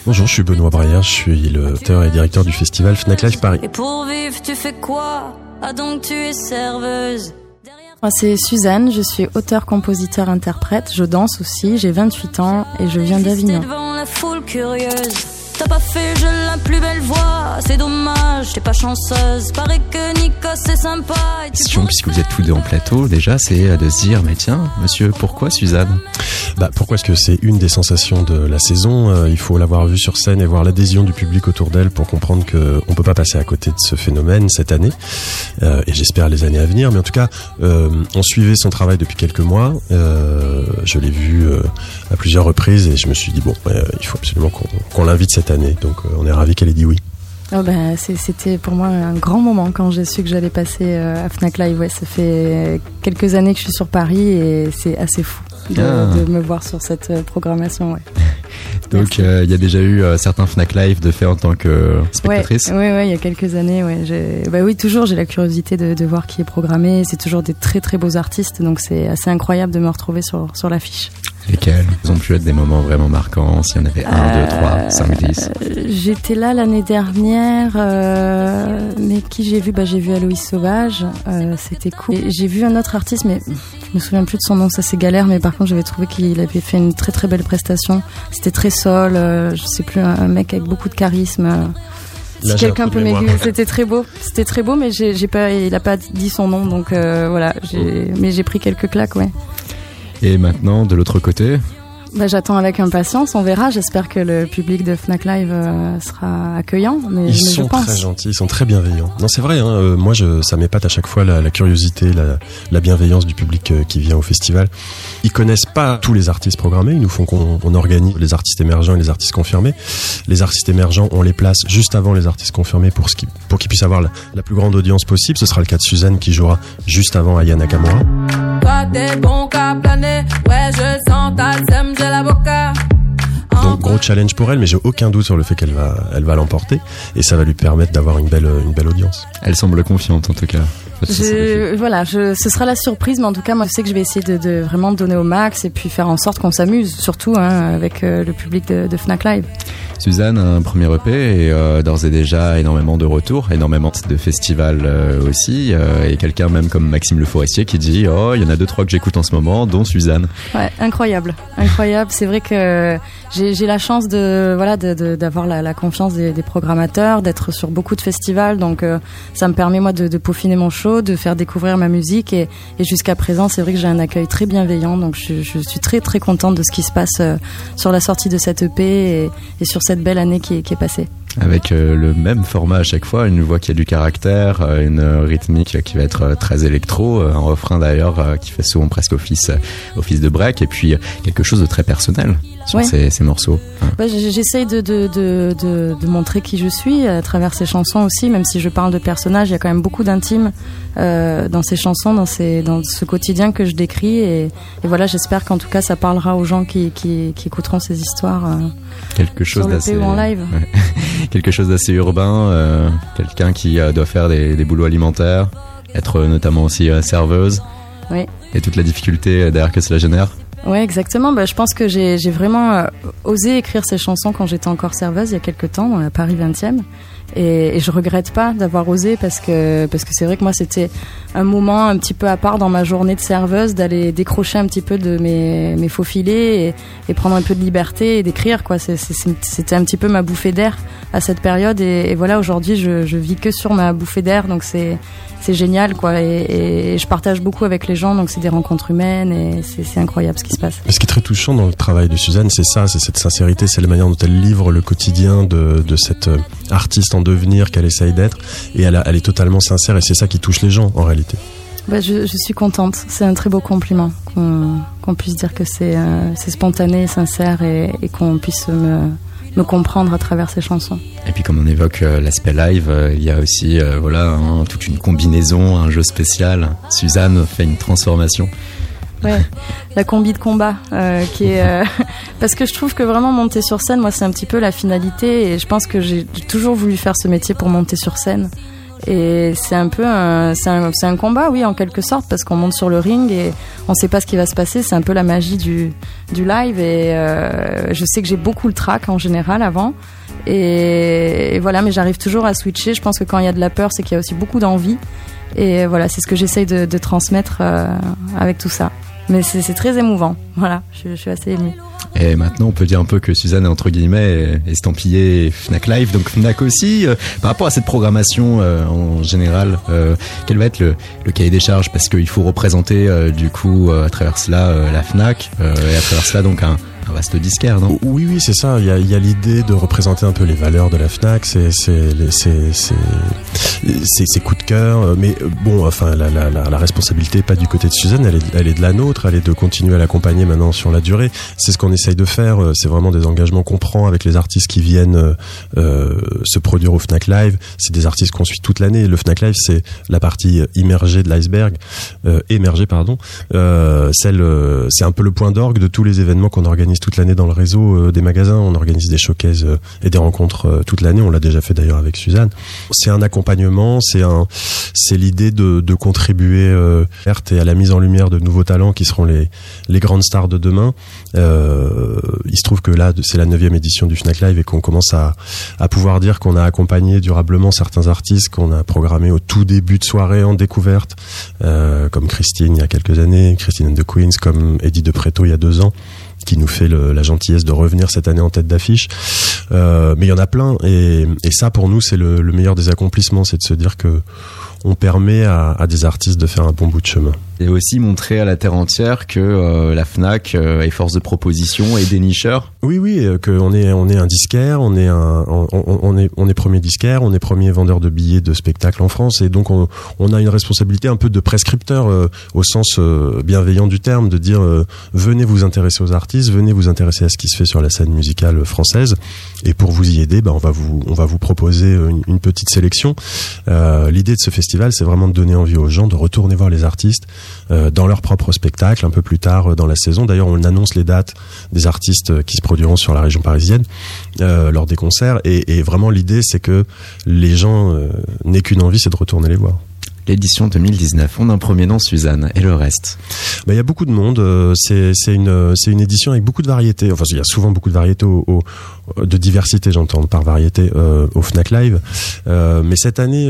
Bonjour, je suis Benoît Braillard, je suis l'auteur et directeur du festival Fnac Live Paris. Et pour vivre, tu fais quoi? Ah donc tu es serveuse. Moi, c'est Suzanne, je suis auteur, compositeur, interprète, je danse aussi, j'ai 28 ans et je viens d'Avignon. Devant la foule curieuse, t'as pas fait la plus belle voix, c'est dommage, t'es pas chanceuse, paraît que Nico c'est sympa. Question, puisque vous êtes tous deux en plateau, déjà, c'est de se dire, mais tiens, monsieur, pourquoi Suzanne ? Pourquoi est-ce que c'est une des sensations de la saison ? Il faut l'avoir vue sur scène et voir l'adhésion du public autour d'elle pour comprendre qu'on peut pas passer à côté de ce phénomène cette année, et j'espère les années à venir. Mais en tout cas, on suivait son travail depuis quelques mois, je l'ai vue à plusieurs reprises et je me suis dit, il faut absolument qu'on l'invite cette année, donc on est ravis qu'elle ait dit oui. C'était pour moi un grand moment quand j'ai su que j'allais passer à Fnac Live. Ouais, ça fait quelques années que je suis sur Paris et c'est assez fou de me voir sur cette programmation. Ouais. Donc il y a déjà eu certains Fnac Live de fait en tant que spectatrice. Ouais, il y a quelques années. Ouais, oui, toujours j'ai la curiosité de voir qui est programmé. C'est toujours des très très beaux artistes, donc c'est assez incroyable de me retrouver sur l'affiche. Lesquels ont pu être des moments vraiment marquants, s'il y en avait 1, 2, 3, 5, 10? J'étais là l'année dernière, mais qui j'ai vu? J'ai vu Aloïs Sauvage, c'était cool. Et j'ai vu un autre artiste, mais je me souviens plus de son nom, ça c'est galère, mais par contre j'avais trouvé qu'il avait fait une très très belle prestation. C'était très soul, je sais plus, un mec avec beaucoup de charisme. Si quelqu'un peut m'aiguiller, c'était très beau, mais il a pas dit son nom, donc voilà, mais j'ai pris quelques claques, ouais. Et maintenant, de l'autre côté ? J'attends avec impatience, on verra. J'espère que le public de Fnac Live sera accueillant. Ils sont très gentils, ils sont très bienveillants. Non, c'est vrai, moi ça m'épate à chaque fois la curiosité, la bienveillance du public qui vient au festival. Ils connaissent pas tous les artistes programmés, ils nous font qu'on organise les artistes émergents et les artistes confirmés. Les artistes émergents, on les place juste avant les artistes confirmés pour qu'ils puissent avoir la plus grande audience possible. Ce sera le cas de Suzanne qui jouera juste avant Aya Nakamura. Toi t'es bon qu'à planer, ouais je sens ta sème, j'ai la boca. Donc gros challenge pour elle, mais j'ai aucun doute sur le fait qu'elle va l'emporter et ça va lui permettre d'avoir une belle audience. Elle semble confiante en tout cas. Ce sera la surprise, mais en tout cas moi je sais que je vais essayer de vraiment donner au max et puis faire en sorte qu'on s'amuse, surtout avec le public de Fnac Live. Suzanne, un premier EP et d'ores et déjà énormément de retours, énormément de festivals aussi, et quelqu'un même comme Maxime Le Forestier qui dit il y en a 2-3 que j'écoute en ce moment, dont Suzanne. Ouais, incroyable. C'est vrai que j'ai la chance d'avoir la confiance des programmateurs, d'être sur beaucoup de festivals, donc ça me permet moi de peaufiner mon show, de faire découvrir ma musique et jusqu'à présent c'est vrai que j'ai un accueil très bienveillant, donc je suis très très contente de ce qui se passe sur la sortie de cette EP et sur cette belle année qui est passée. Avec le même format à chaque fois, une voix qui a du caractère, une rythmique qui va être très électro, un refrain d'ailleurs qui fait souvent presque office de break, et puis quelque chose de très personnel sur ces morceaux. J'essaye de montrer qui je suis à travers ces chansons aussi, même si je parle de personnages, il y a quand même beaucoup d'intime dans ces chansons, dans ce quotidien que je décris, et voilà, j'espère qu'en tout cas ça parlera aux gens qui écouteront ces histoires quelque chose sur le P ou en live. Ouais. Quelque chose d'assez urbain, quelqu'un qui doit faire des boulots alimentaires, être notamment aussi serveuse, oui. Et toute la difficulté derrière que cela génère. Oui, exactement. Je pense que j'ai vraiment osé écrire ces chansons quand j'étais encore serveuse il y a quelques temps à Paris 20e. Et je regrette pas d'avoir osé parce que c'est vrai que moi c'était un moment un petit peu à part dans ma journée de serveuse, d'aller décrocher un petit peu de mes faux filets et prendre un peu de liberté et d'écrire, quoi. C'était un petit peu ma bouffée d'air à cette période et voilà, aujourd'hui je vis que sur ma bouffée d'air, donc c'est génial, quoi, et je partage beaucoup avec les gens, donc c'est des rencontres humaines et c'est incroyable ce qui se passe. Ce qui est très touchant dans le travail de Suzanne, c'est cette sincérité, c'est la manière dont elle livre le quotidien de cette artiste en devenir qu'elle essaye d'être, et elle est totalement sincère, et c'est ça qui touche les gens en réalité. Je suis contente, c'est un très beau compliment qu'on puisse dire que c'est spontané, sincère et qu'on puisse me comprendre à travers ces chansons. Et puis comme on évoque l'aspect live, il y a aussi toute une combinaison, un jeu spécial. Suzanne fait une transformation. Ouais, la combi de combat qui est parce que je trouve que vraiment monter sur scène, moi c'est un petit peu la finalité, et je pense que j'ai toujours voulu faire ce métier pour monter sur scène. Et c'est un peu c'est un combat, oui, en quelque sorte, parce qu'on monte sur le ring et on sait pas ce qui va se passer. C'est un peu la magie du live. Et je sais que j'ai beaucoup le trac en général avant. Et voilà, mais j'arrive toujours à switcher. Je pense que quand il y a de la peur, c'est qu'il y a aussi beaucoup d'envie. Et voilà, c'est ce que j'essaye de transmettre avec tout ça. Mais c'est très émouvant. Voilà, je suis assez émue. Et maintenant, on peut dire un peu que Suzanne est entre guillemets estampillée Fnac Live, donc Fnac aussi. Par rapport à cette programmation en général, quel va être le cahier des charges? Parce qu'il faut représenter du coup à travers cela la Fnac et à travers cela donc un vaste disquaire, non? Oui, c'est ça. Il y a l'idée de représenter un peu les valeurs de la Fnac, ses coups de cœur. Mais bon, enfin, la responsabilité n'est pas du côté de Suzanne, elle est de la nôtre. Elle est de continuer à l'accompagner maintenant sur la durée. C'est ce qu'on essaye de faire. C'est vraiment des engagements qu'on prend avec les artistes qui viennent se produire au Fnac Live. C'est des artistes qu'on suit toute l'année. Le Fnac Live, c'est la partie immergée de l'iceberg, émergée, pardon. C'est un peu le point d'orgue de tous les événements qu'on organise toute l'année dans le réseau des magasins. On organise des showcases et des rencontres toute l'année. On l'a déjà fait d'ailleurs avec Suzanne. C'est un accompagnement, c'est l'idée de contribuer et à la mise en lumière de nouveaux talents qui seront les grandes stars de demain. Il se trouve que là, c'est la 9e édition du Fnac Live et qu'on commence à pouvoir dire qu'on a accompagné durablement certains artistes qu'on a programmés au tout début de soirée en découverte, comme Christine il y a quelques années, Christine and the Queens, comme Eddie De Pretto il y a 2 ans, qui nous fait la gentillesse de revenir cette année en tête d'affiche. Mais il y en a plein et ça pour nous c'est le meilleur des accomplissements, c'est de se dire que on permet à des artistes de faire un bon bout de chemin. Et aussi montrer à la terre entière que la Fnac est force de proposition et dénicheur. Oui, qu'on est un disquaire, on est premier disquaire, on est premier vendeur de billets de spectacles en France, et donc on a une responsabilité un peu de prescripteur au sens bienveillant du terme, de dire venez vous intéresser aux artistes, venez vous intéresser à ce qui se fait sur la scène musicale française, et pour vous y aider, on va vous proposer une petite sélection. L'idée de ce festival, c'est vraiment de donner envie aux gens de retourner voir les artistes dans leur propre spectacle un peu plus tard dans la saison. D'ailleurs, on annonce les dates des artistes qui se produiront sur la région parisienne lors des concerts, et vraiment l'idée c'est que les gens n'aient qu'une envie, c'est de retourner les voir. L'édition 2019, on a un premier nom, Suzanne, et le reste? Il y a beaucoup de monde, c'est une édition avec beaucoup de variétés, enfin il y a souvent beaucoup de variétés, de diversité j'entends par variété au Fnac Live, mais cette année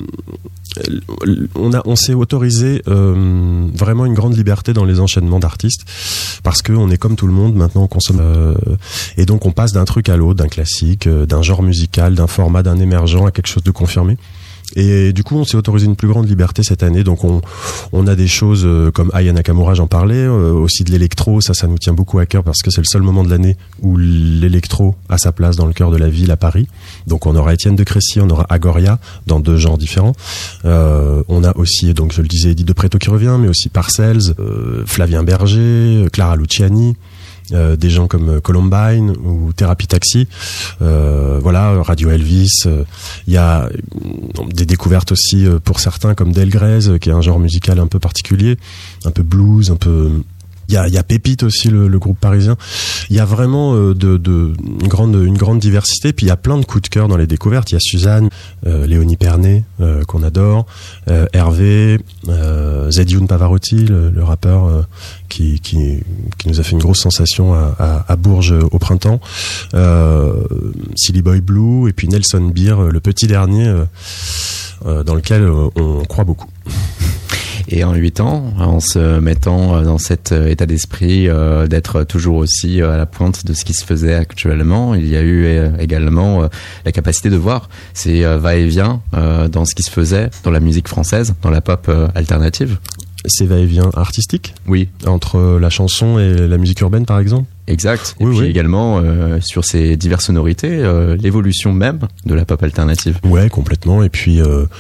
on s'est autorisé vraiment une grande liberté dans les enchaînements d'artistes, parce que on est comme tout le monde maintenant, on consomme et donc on passe d'un truc à l'autre, d'un classique, d'un genre musical, d'un format, d'un émergent à quelque chose de confirmé. Et du coup, on s'est autorisé une plus grande liberté cette année. Donc, on a des choses comme Aya Nakamura, j'en parlais, aussi de l'électro. Ça nous tient beaucoup à cœur parce que c'est le seul moment de l'année où l'électro a sa place dans le cœur de la ville à Paris. Donc, on aura Étienne de Crécy, on aura Agoria dans 2 genres différents. On a aussi, donc je le disais, Eddie De Pretto qui revient, mais aussi Parcells, Flavien Berger, Clara Luciani. Des gens comme Columbine ou Thérapie Taxi, voilà, Radio Elvis. Il y a des découvertes aussi pour certains comme Delgrès, qui est un genre musical un peu particulier, un peu blues, un peu. Il y a Pépite aussi, le groupe parisien. Il y a vraiment une grande diversité. Puis il y a plein de coups de cœur dans les découvertes. Il y a Suzanne, Léonie Pernet qu'on adore, Hervé, Zedioun Pavarotti, le rappeur qui nous a fait une grosse sensation à Bourges au printemps, Silly Boy Blue, et puis Nelson Beer, le petit dernier, dans lequel on croit beaucoup. Et en 8 ans, en se mettant dans cet état d'esprit d'être toujours aussi à la pointe de ce qui se faisait actuellement, il y a eu également la capacité de voir ces va-et-vient dans ce qui se faisait dans la musique française, dans la pop alternative. Ces va-et-vient artistiques ? Oui. Entre la chanson et la musique urbaine, par exemple ? Exact. Et puis également sur ces diverses sonorités, l'évolution même de la pop alternative. Ouais, complètement. Et puis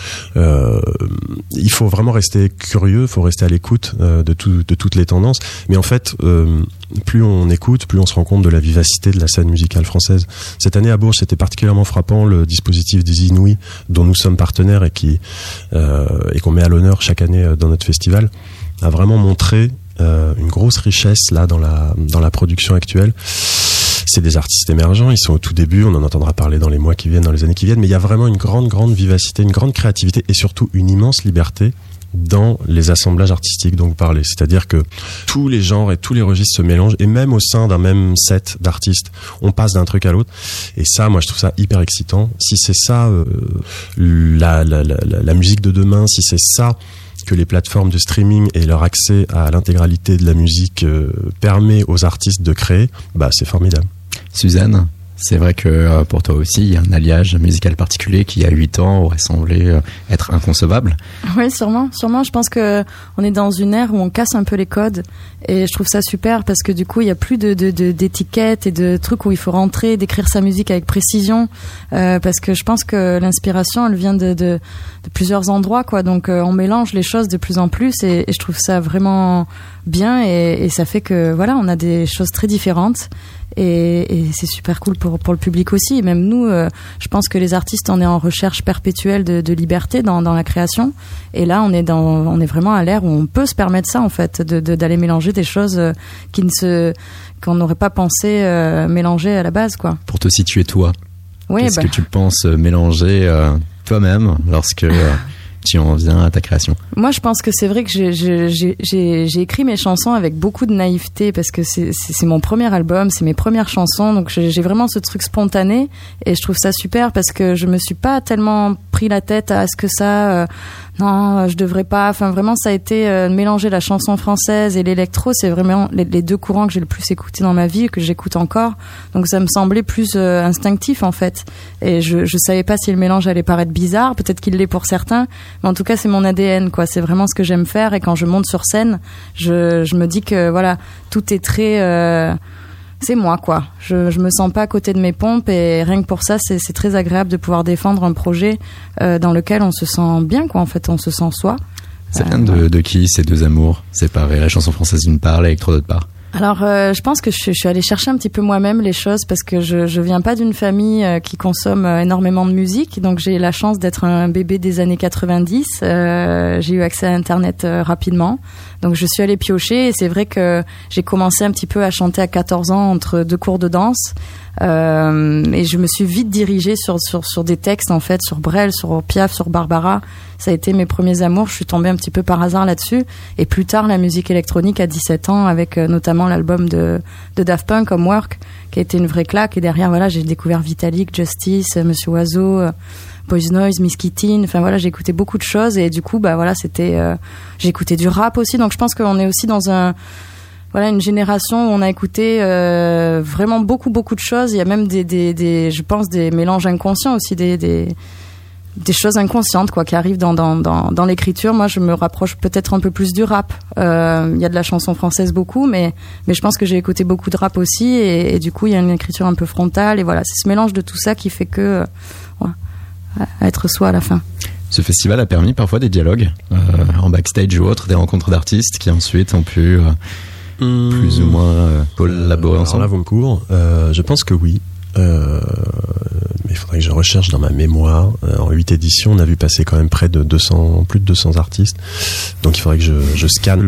il faut vraiment rester curieux, il faut rester à l'écoute de toutes les tendances. Mais en fait, plus on écoute, plus on se rend compte de la vivacité de la scène musicale française. Cette année à Bourges, c'était particulièrement frappant, le dispositif des Inouïs, dont nous sommes partenaires et qu'on met à l'honneur chaque année dans notre festival, a vraiment montré une grosse richesse là dans la production actuelle. c'est des artistes émergents, ils sont au tout début, on en entendra parler dans les mois qui viennent, dans les années qui viennent, mais il y a vraiment une grande vivacité, une grande créativité et surtout une immense liberté dans les assemblages artistiques dont vous parlez. C'est-à-dire que tous les genres et tous les registres se mélangent, et même au sein d'un même set d'artistes, on passe d'un truc à l'autre. Et ça, moi, je trouve ça hyper excitant. Si c'est ça, la musique de demain, si c'est ça que les plateformes de streaming et leur accès à l'intégralité de la musique permet aux artistes de créer, bah, c'est formidable. Suzanne, c'est vrai que pour toi aussi, il y a un alliage musical particulier qui, il y a 8 ans, aurait semblé être inconcevable. Oui, sûrement. Je pense que on est dans une ère où on casse un peu les codes, et je trouve ça super parce que du coup, il y a plus d'étiquettes et de trucs où il faut rentrer, d'écrire sa musique avec précision, parce que je pense que l'inspiration, elle vient de plusieurs endroits, quoi. Donc, on mélange les choses de plus en plus, et je trouve ça vraiment bien, et ça fait que voilà, on a des choses très différentes. Et c'est super cool pour le public aussi. Et même nous, je pense que les artistes, on est en recherche perpétuelle de liberté dans la création. Et là, on est vraiment à l'ère où on peut se permettre ça, en fait, d'aller mélanger des choses qu'on n'aurait pas pensé mélanger à la base, quoi. Pour te situer toi, oui, qu'est-ce que tu penses mélanger toi-même lorsque tu en viens à ta création? Moi, je pense que c'est vrai que j'ai écrit mes chansons avec beaucoup de naïveté, parce que c'est mon premier album, c'est mes premières chansons, donc j'ai vraiment ce truc spontané, et je trouve ça super parce que je me suis pas tellement pris la tête à est-ce que ça non, je devrais pas. Enfin, vraiment, ça a été mélanger la chanson française et l'électro. C'est vraiment les deux courants que j'ai le plus écouté dans ma vie, que j'écoute encore. Donc, ça me semblait plus instinctif, en fait. Et je savais pas si le mélange allait paraître bizarre. Peut-être qu'il l'est pour certains. Mais en tout cas, c'est mon ADN, quoi. C'est vraiment ce que j'aime faire. Et quand je monte sur scène, je me dis que, voilà, tout est très... c'est moi, quoi. Je me sens pas à côté de mes pompes, et rien que pour ça, c'est très agréable de pouvoir défendre un projet dans lequel on se sent bien, quoi. En fait, on se sent soi. Ça vient de qui, ces deux amours séparés, la chanson française d'une part, l'électro d'autre part? Alors, je pense que je suis allée chercher un petit peu moi-même les choses, parce que je viens pas d'une famille qui consomme énormément de musique, donc j'ai la chance d'être un bébé des années 90. J'ai eu accès à Internet rapidement, donc je suis allée piocher, et c'est vrai que j'ai commencé un petit peu à chanter à 14 ans entre deux cours de danse. Et je me suis vite dirigée sur des textes, en fait, sur Brel, sur Piaf, sur Barbara. Ça a été mes premiers amours. Je suis tombée un petit peu par hasard là-dessus, et plus tard la musique électronique à 17 ans, avec notamment l'album de Daft Punk, Homework, qui a été une vraie claque. Et derrière, voilà, j'ai découvert Vitalik, Justice, Monsieur Oiseau, Boys Noise, Miss Kittin. Enfin voilà, j'ai écouté beaucoup de choses, et du coup, bah voilà, j'ai écouté du rap aussi. Donc je pense qu'on est aussi dans une génération où on a écouté vraiment beaucoup de choses. Il y a même je pense, des mélanges inconscients aussi, des choses inconscientes, quoi, qui arrivent dans l'écriture. Moi, je me rapproche peut-être un peu plus du rap. Il y a de la chanson française beaucoup, mais je pense que j'ai écouté beaucoup de rap aussi, et du coup, il y a une écriture un peu frontale, et voilà, c'est ce mélange de tout ça qui fait que être soi à la fin. Ce festival a permis parfois des dialogues en backstage ou autre, des rencontres d'artistes qui ensuite ont pu plus ou moins collaborer ensemble. Alors là, vous me courez. Je pense que oui. Mais il faudrait que je recherche dans ma mémoire. En 8 éditions, on a vu passer quand même plus de 200 artistes. Donc il faudrait que je scanne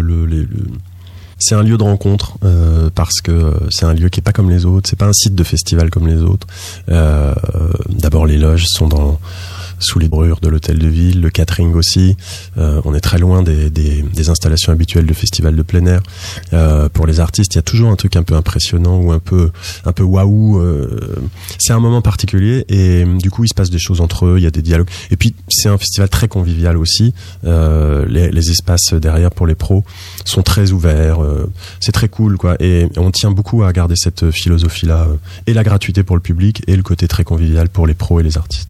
c'est un lieu de rencontre, parce que c'est un lieu qui est pas comme les autres. C'est pas un site de festival comme les autres. D'abord, les loges sont sous les brures de l'hôtel de ville, le catering aussi. On est très loin des installations habituelles de festivals de plein air. Pour les artistes, il y a toujours un truc un peu impressionnant ou un peu waouh. C'est un moment particulier, et du coup, il se passe des choses entre eux. Il y a des dialogues. Et puis, c'est un festival très convivial aussi. Les espaces derrière pour les pros sont très ouverts. C'est très cool, quoi. Et on tient beaucoup à garder cette philosophie-là, et la gratuité pour le public, et le côté très convivial pour les pros et les artistes.